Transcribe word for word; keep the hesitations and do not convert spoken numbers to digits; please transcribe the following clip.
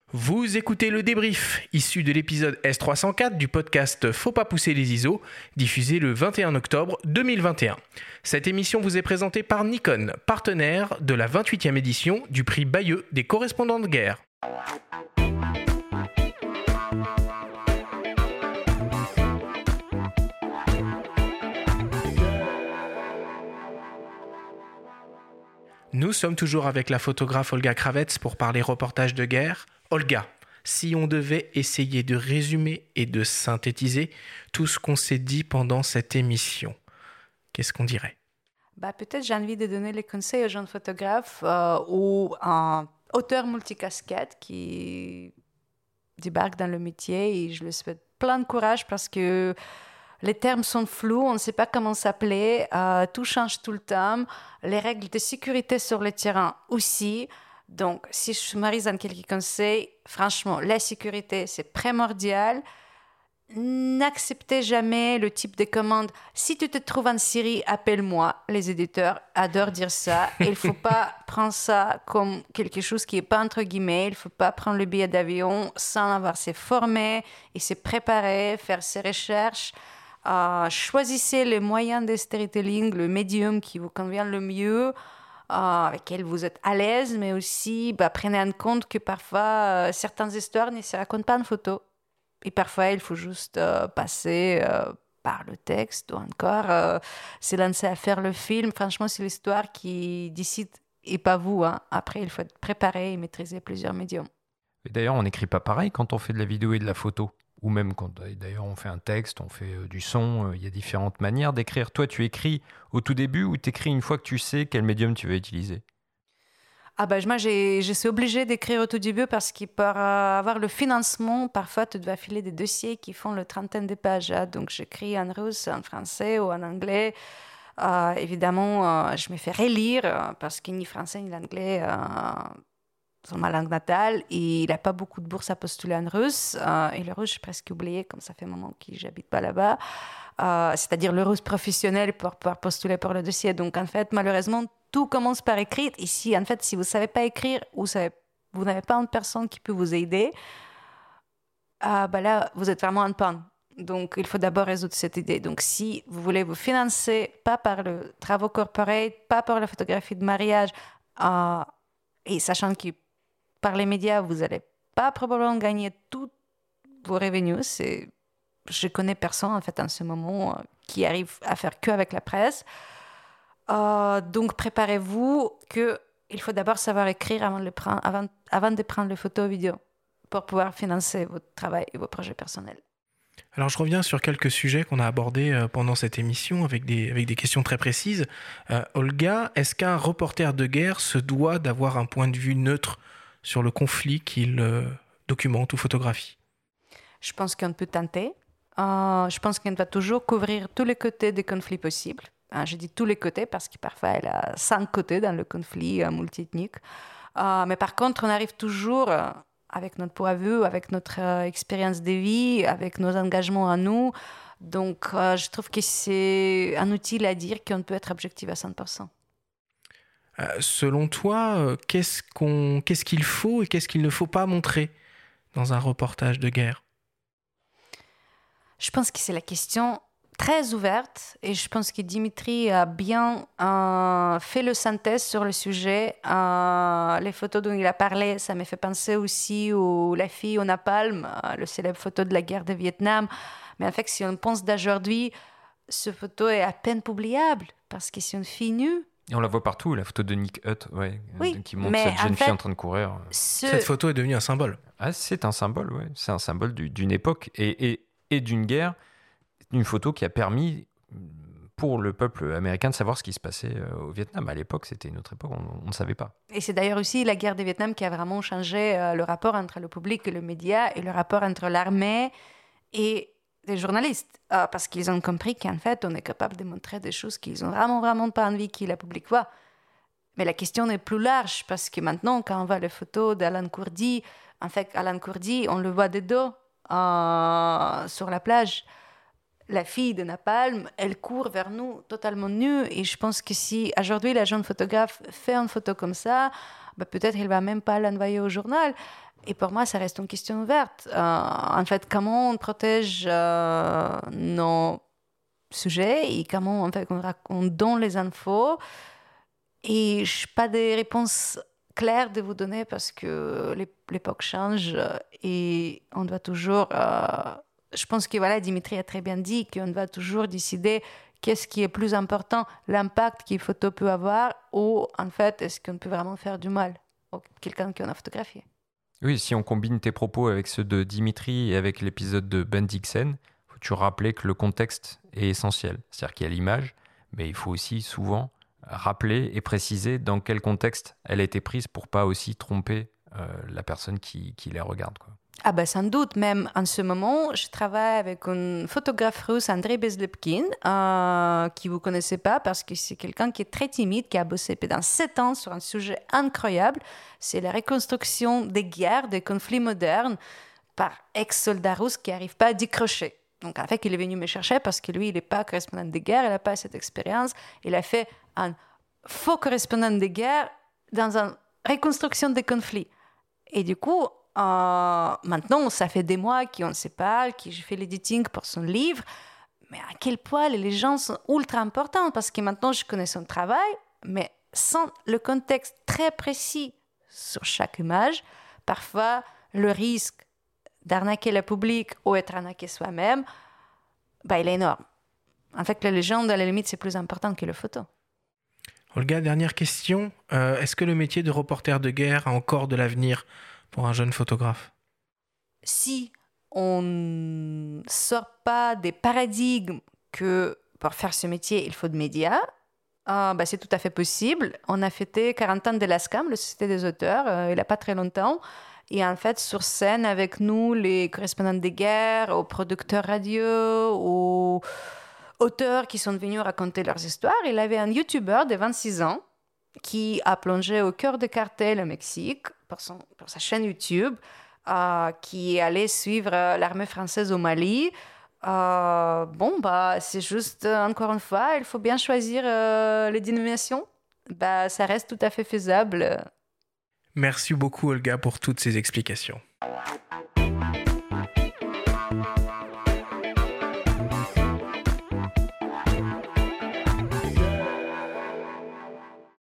Vous écoutez le débrief, issu de l'épisode S trois cent quatre du podcast Faut pas pousser les I S O, diffusé le vingt et un octobre deux mille vingt et un. Cette émission vous est présentée par Nikon, partenaire de la vingt-huitième édition du prix Bayeux des correspondants de guerre. Nous sommes toujours avec la photographe Olga Kravets pour parler reportage de guerre. Olga, si on devait essayer de résumer et de synthétiser tout ce qu'on s'est dit pendant cette émission, qu'est-ce qu'on dirait ? Bah, peut-être j'ai envie de donner les conseils aux jeunes photographes euh, ou à un auteur multicasquette qui débarque dans le métier, et je lui souhaite plein de courage parce que les termes sont flous, on ne sait pas comment s'appeler, euh, tout change tout le temps, les règles de sécurité sur le terrain aussi. Donc, si je summarise dans quelques conseils, franchement, la sécurité, c'est primordial. N'acceptez jamais le type de commande. Si tu te trouves en Syrie, appelle-moi. Les éditeurs adorent dire ça. Il ne faut pas prendre ça comme quelque chose qui n'est pas entre guillemets. Il ne faut pas prendre le billet d'avion sans avoir s'est formé et s'est préparé, faire ses recherches. Euh, choisissez les moyens de storytelling, le médium qui vous convient le mieux, euh, avec lequel vous êtes à l'aise, mais aussi bah, prenez en compte que parfois euh, certaines histoires ne se racontent pas en photo. Et parfois, il faut juste euh, passer euh, par le texte ou encore euh, se lancer à faire le film. Franchement, c'est l'histoire qui décide et pas vous. Hein. Après, il faut être préparé et maîtriser plusieurs médiums. Et d'ailleurs, on n'écrit pas pareil quand on fait de la vidéo et de la photo. Ou même quand d'ailleurs on fait un texte, on fait euh, du son, euh, il y a différentes manières d'écrire. Toi, tu écris au tout début ou tu écris une fois que tu sais quel médium tu vas utiliser ? Ah ben, moi, j'ai, je suis obligée d'écrire au tout début parce que pour euh, avoir le financement, parfois, tu dois filer des dossiers qui font le trentaine de pages. Hein. Donc, j'écris en russe, en français ou en anglais. Euh, évidemment, euh, je me fais relire euh, parce que ni français ni l'anglais euh, sont ma langue natale. Et il n'y a pas beaucoup de bourses à postuler en russe. Euh, et le russe, j'ai presque oublié, comme ça fait un moment que je n'habite pas là-bas. Euh, c'est-à-dire le russe professionnel pour pouvoir postuler pour le dossier. Donc, en fait, malheureusement, tout commence par écrire. Ici, en fait, si vous ne savez pas écrire ou savez, vous n'avez pas une personne qui peut vous aider, euh, ben là, vous êtes vraiment en panne. Donc, il faut d'abord résoudre cette idée. Donc, si vous voulez vous financer, pas par le travaux corporate, pas par la photographie de mariage, euh, et sachant que par les médias, vous n'allez pas probablement gagner tous vos revenus. C'est... Je connais personne, en fait, en ce moment, euh, qui arrive à faire que avec la presse. Euh, donc, préparez-vous qu'il faut d'abord savoir écrire avant de, le prendre, avant, avant de prendre les photos et vidéos pour pouvoir financer votre travail et vos projets personnels. Alors, je reviens sur quelques sujets qu'on a abordés pendant cette émission avec des, avec des questions très précises. Euh, Olga, est-ce qu'un reporter de guerre se doit d'avoir un point de vue neutre sur le conflit qu'il euh, documente ou photographie ? Je pense qu'on peut tenter. Euh, je pense qu'on doit toujours couvrir tous les côtés des conflits possibles. Hein, je dis tous les côtés parce que parfois il y a cinq côtés dans le conflit euh, multiethnique. Euh, mais par contre, on arrive toujours, euh, avec notre point de vue, avec notre euh, expérience de vie, avec nos engagements à nous. Donc, euh, je trouve que c'est un outil à dire qu'on peut être objectif à cent pour cent. Euh, selon toi, euh, qu'est-ce, qu'on, qu'est-ce qu'il faut et qu'est-ce qu'il ne faut pas montrer dans un reportage de guerre ? Je pense que c'est la question très ouverte et je pense que Dimitri a bien euh, fait le synthèse sur le sujet. Euh, les photos dont il a parlé, ça me fait penser aussi à La fille au napalm, euh, le célèbre photo de la guerre de Vietnam. Mais en fait, si on pense d'aujourd'hui, cette photo est à peine publiable parce que c'est une fille nue. Et on la voit partout, la photo de Nick Hutt, ouais, oui, qui montre cette jeune en fille fait, en train de courir. Ce... Cette photo est devenue un symbole. Ah, c'est un symbole, ouais. C'est un symbole du, d'une époque et, et, et d'une guerre. Une photo qui a permis pour le peuple américain de savoir ce qui se passait au Vietnam. À l'époque, c'était une autre époque, on, on ne savait pas. Et c'est d'ailleurs aussi la guerre du Vietnam qui a vraiment changé euh, le rapport entre le public et le média et le rapport entre l'armée et les journalistes. Euh, parce qu'ils ont compris qu'en fait, on est capable de montrer des choses qu'ils n'ont vraiment, vraiment pas envie que le public voit. Mais la question est plus large parce que maintenant, quand on voit les photos d'Alan Kurdi, en fait, Alan Kurdi, on le voit de dos euh, sur la plage. La fille de Napalm, elle court vers nous totalement nue. Et je pense que si aujourd'hui la jeune photographe fait une photo comme ça, bah peut-être elle ne va même pas l'envoyer au journal. Et pour moi, ça reste une question ouverte. Euh, en fait, comment on protège euh, nos sujets et comment en fait, on, on donne les infos. Et je n'ai pas de réponse claire de vous donner parce que l'époque change et on doit toujours... Euh, je pense que voilà, Dimitri a très bien dit qu'on doit toujours décider qu'est-ce qui est plus important, l'impact qu'une photo peut avoir ou en fait, est-ce qu'on peut vraiment faire du mal à quelqu'un qu'on a photographié. Oui, si on combine tes propos avec ceux de Dimitri et avec l'épisode de Ben Dixon, il faut toujours rappeler que le contexte est essentiel. C'est-à-dire qu'il y a l'image, mais il faut aussi souvent rappeler et préciser dans quel contexte elle a été prise pour pas aussi tromper euh, la personne qui, qui les regarde, quoi. Ah ben sans doute, même en ce moment, je travaille avec un photographe russe, Andrei Bezlepkin, euh, qui vous ne connaissez pas parce que c'est quelqu'un qui est très timide, qui a bossé pendant sept ans sur un sujet incroyable. C'est la reconstruction des guerres, des conflits modernes par ex-soldats russes qui n'arrivent pas à décrocher. Donc en fait, il est venu me chercher parce que lui, il n'est pas correspondant de guerre, il n'a pas cette expérience. Il a fait un faux correspondant de guerre dans une reconstruction des conflits. Et du coup, Euh, maintenant, ça fait des mois qu'on se parle, que je fais l'editing pour son livre, mais à quel point les gens sont ultra importants parce que maintenant je connais son travail, mais sans le contexte très précis sur chaque image, parfois le risque d'arnaquer le public ou être arnaqué soi-même, bah, il est énorme. En fait, la légende, à la limite, c'est plus important que la photo. Olga, dernière question. Euh, est-ce que le métier de reporter de guerre a encore de l'avenir pour un jeune photographe? Si on ne sort pas des paradigmes que pour faire ce métier, il faut de médias, euh, bah, c'est tout à fait possible. On a fêté quarante ans de l'A S C A M, la Société des auteurs, euh, il n'y a pas très longtemps. Et en fait, sur scène avec nous, les correspondants des guerres, aux producteurs radio, aux auteurs qui sont venus raconter leurs histoires, il avait un YouTuber de vingt-six ans qui a plongé au cœur des cartels au Mexique pour, son, pour sa chaîne YouTube, euh, qui allait suivre l'armée française au Mali. Euh, bon, bah, c'est juste, encore une fois, il faut bien choisir euh, les dénominations. Bah, ça reste tout à fait faisable. Merci beaucoup, Olga, pour toutes ces explications.